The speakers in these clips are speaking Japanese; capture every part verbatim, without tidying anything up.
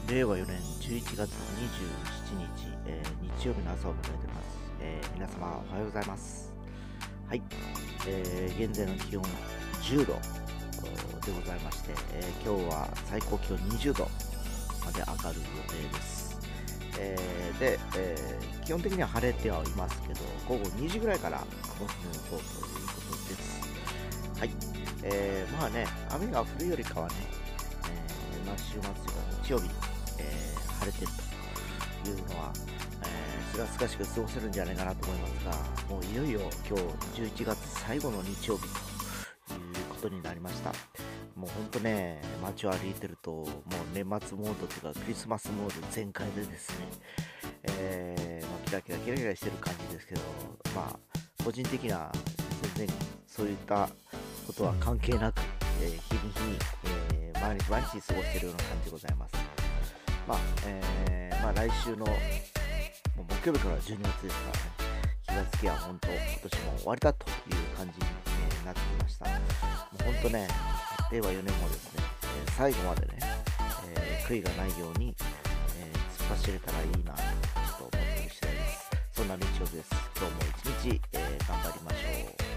れいわよねんじゅういちがつにじゅうしちにち、えー日曜日の朝を迎えております。えー皆様おはようございます。はい、えー現在の気温じゅうどでございまして、えー今日は最高気温にじゅうどまで上がる予定です。えーで、えー基本的には晴れてはいますけど、午後にじぐらいから曇りの予報ということです。はい、えーまあね、雨が降るよりかはね、えーまあ、週末というか日曜日、えー晴れてるというのは、えー、すがすがしく過ごせるんじゃないかなと思いますが、もういよいよ今日じゅういちがつ最後の日曜日ということになりました。もうほんとね、街を歩いてると、もう年末モードというかクリスマスモード全開でですね、えーまあ、キラキラキラキラしてる感じですけど、まあ、個人的な全然そういったことは関係なく、えー日に日に、えー毎日毎日過ごしているような感じでございます。まあ、えーまあ来週のもう木曜日からじゅうにがつですからね、気がつきは本当、今年も終わりだという感じに、えーなってきました。もう本当ね、れいわよねんもですね、えー最後までね、えー悔いがないように、えー突っ走れたらいいなと思っている次第です。そんな日曜日です。今日も一日、えー頑張りましょう。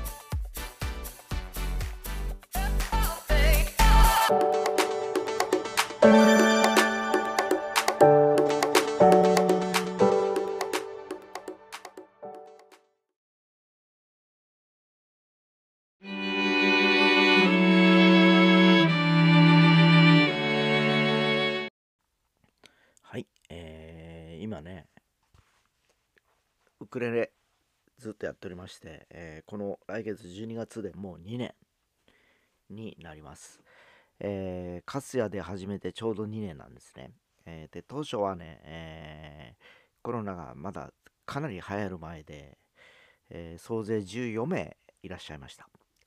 はい、えー今ね、ウクレレずっとやっておりまして、えーこの来月じゅうにがつでもうにねんになります。えー、カスヤで始めてちょうどにねんなんですね。えーで、当初はね、えーコロナがまだかなり流行る前で、えー総勢じゅうよめいいらっしゃいました。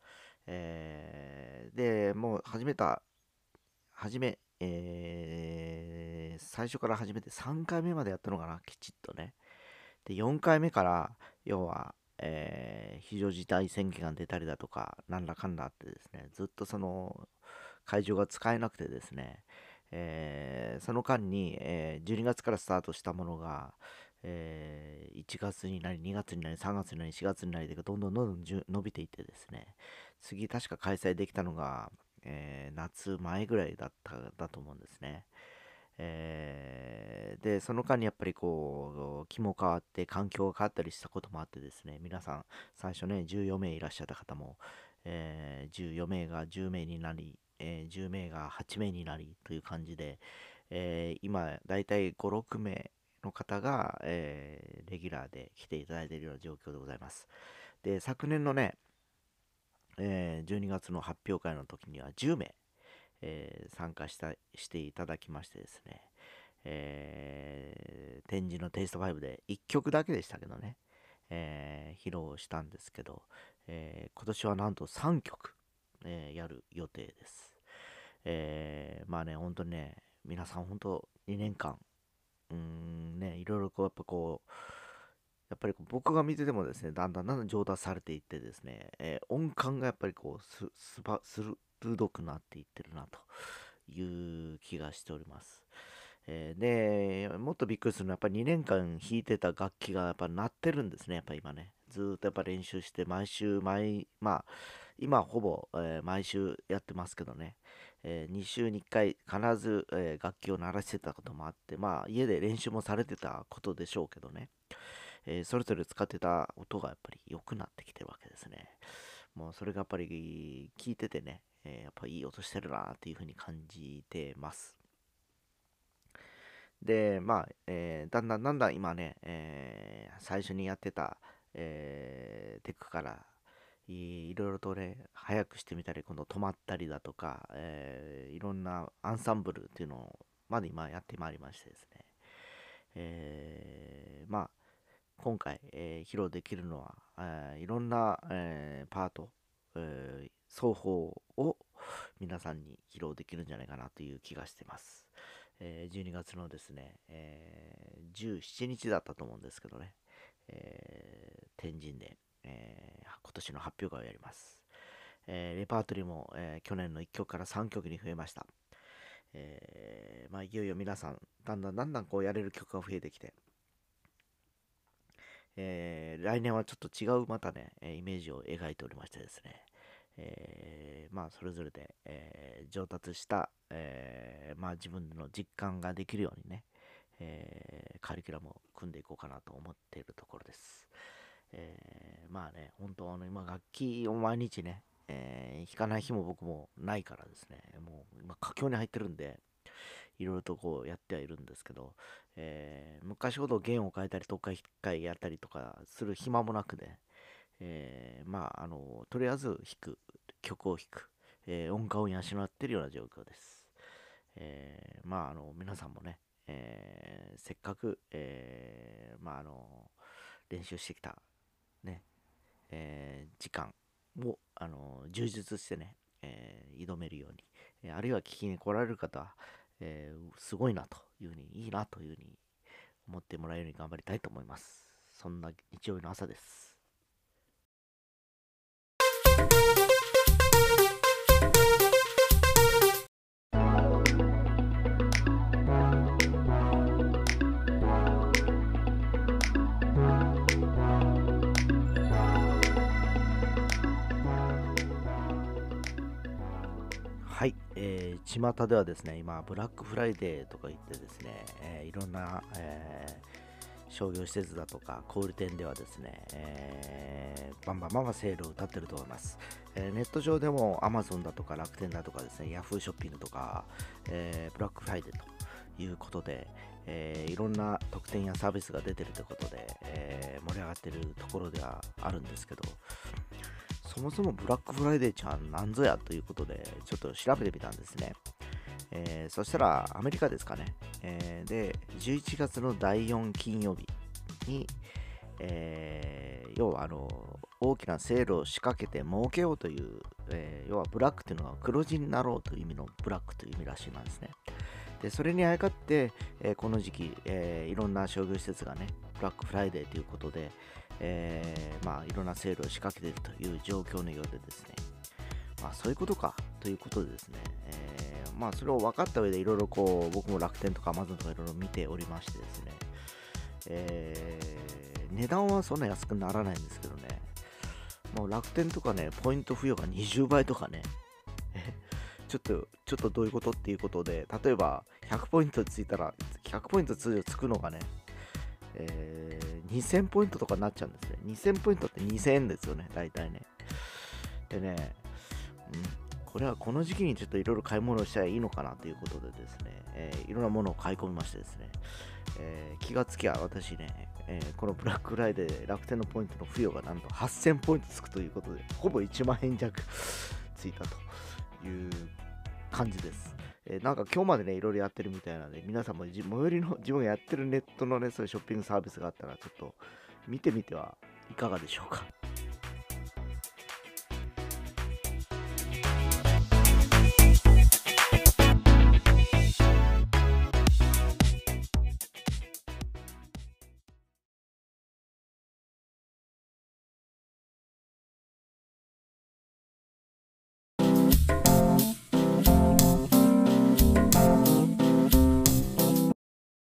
えーで、もう始めた、始め、えー最初から始めてさんかいめまでやったのかな、きちっとね。で、よんかいめから、要は、えー非常事態宣言が出たりだとか、なんだかんだあってですね、ずっとその会場が使えなくてですね、えーその間に、えーじゅうにがつからスタートしたものが、えーいちがつになり、にがつになり、さんがつになり、しがつになりで、どんどんどんどんじゅ伸びていってですね、次確か開催できたのが、えー夏前ぐらいだっただと思うんですね。えーで、その間にやっぱりこう、気も変わって、環境が変わったりしたこともあってですね、皆さん、最初ね、じゅうよめいいらっしゃった方も、えーじゅうよめいがじゅうめいになり、えーじゅうめいがはちめいになりという感じで、えー今、だいたいご、ろくめいの方が、えーレギュラーで来ていただいているような状況でございます。で、昨年のね、えーじゅうにがつの発表会の時にはじゅうめい、えー参加したしていただきましてですね、えー展示のテイストファイブでいっきょくだけでしたけどね、えー披露したんですけど、えー今年はなんとさんきょく、えーやる予定です。えーまあね、本当にね、皆さん本当にねんかん、うーんね、いろいろこう、やっぱこう、やっぱりこう僕が見ててもですね、だんだんだんだん上達されていってですね、えー音感がやっぱりこう、す、すば、する、鋭くなっていってるなという気がしております。えーで、もっとびっくりするのは、やっぱりにねんかん弾いてた楽器がやっぱ鳴ってるんですね、やっぱ今ね。ずーっとやっぱ練習して、毎週、毎、まあ、今ほぼ、えー毎週やってますけどね、えにしゅうにいっかい必ず、えー楽器を鳴らしてたこともあって、まあ、家で練習もされてたことでしょうけどね、えーそれぞれ使ってた音がやっぱり良くなってきてるわけですね。もうそれがやっぱり聞いててね、えーやっぱいい音してるなっていう風に感じてます。で、まあ、えーだんだんだんだん今ね、えー最初にやってた、えーテクからい、いろいろとね、早くしてみたり、今度止まったりだとか、えーいろんなアンサンブルっていうのをまで今やってまいりましてですね、えーまあ、今回、えー披露できるのは、えーいろんな、えーパート、えー双方を皆さんに披露できるんじゃないかなという気がしてます。えーじゅうにがつのですね、えーじゅうしちにちだったと思うんですけどね、えー天神で、えー今年の発表会をやります。えーレパートリーも、えー去年のいっきょくからさんきょくに増えました。 えー、まあいよいよ皆さんだんだんだんだんこうやれる曲が増えてきて、えー来年はちょっと違うまたね、えーイメージを描いておりましてですね、えーまあそれぞれで、えー上達した、えーまあ自分の実感ができるようにね、えーカリキュラムを組んでいこうかなと思っているところです。えーまあね、本当あの今楽器を毎日ね、えー弾かない日も僕もないからですね、もう今佳境に入ってるんで、いろいろとこうやってはいるんですけど、えー昔ほど弦を変えたり、とか一回やったりとかする暇もなくね、えーまあ、あの、とりあえず弾く、曲を弾く、えー音感を養っているような状況です。えーまあ、あの、皆さんもね、えーせっかく、えーまあ、あの、練習してきた、ね、えー時間を、あの、充実してね、えー挑めるように、えーあるいは聞きに来られる方は、えーすごいなというふうに、いいなというふうに思ってもらえるように頑張りたいと思います。そんな日曜日の朝です。はい、えー、巷ではですね、今、ブラックフライデーとか言ってですね、えーいろんな、えー商業施設だとか小売店ではですね、えーバンバンバンバンセールを歌ってると思います。えーネット上でも Amazon だとか楽天だとかですね、Yahoo ショッピングとか、えーブラックフライデーということで、えーいろんな特典やサービスが出てるということで、えー盛り上がってるところではあるんですけど、そもそもブラックフライデーちゃんなんぞやということで、ちょっと調べてみたんですね。えーそしたら、アメリカですかね。えーで、じゅういちがつのだいよん金曜日に、えー要はあの、大きなセールを仕掛けて儲けようという、えー要はブラックというのは黒字になろうという意味のブラックという意味らしいなんですね。で、それにあやかって、えーこの時期、えーいろんな商業施設がね、ブラックフライデーということで、えーまあ、いろんなセールを仕掛けているという状況のようでですね、まあ、そういうことかということでですね、えーまあ、それを分かった上でいろいろこう、僕も楽天とか Amazon とかいろいろ見ておりましてですね、えー値段はそんな安くならないんですけどね、もう楽天とかね、ポイント付与がにじゅうばいとかね、ちょっと、ちょっとどういうことっていうことで、例えばひゃくポイントついたら、ひゃくポイント通常つくのがね、えーにせんポイントとかになっちゃうんですね。にせんポイントってにせんえんですよね、大体ね。でね、うん、これはこの時期にちょっといろいろ買い物をしたらいいのかなということでですね、えーいろんなものを買い込みましてですね、えー気がつきゃ私ね、えーこのブラックフライデーで楽天のポイントの付与がなんとはっせんポイントつくということで、ほぼいちまんえん弱ついたという感じです。えーなんか今日までね、いろいろやってるみたいなので、皆さんもじ最寄りの自分がやってるネットのね、そういうショッピングサービスがあったら、ちょっと見てみてはいかがでしょうか。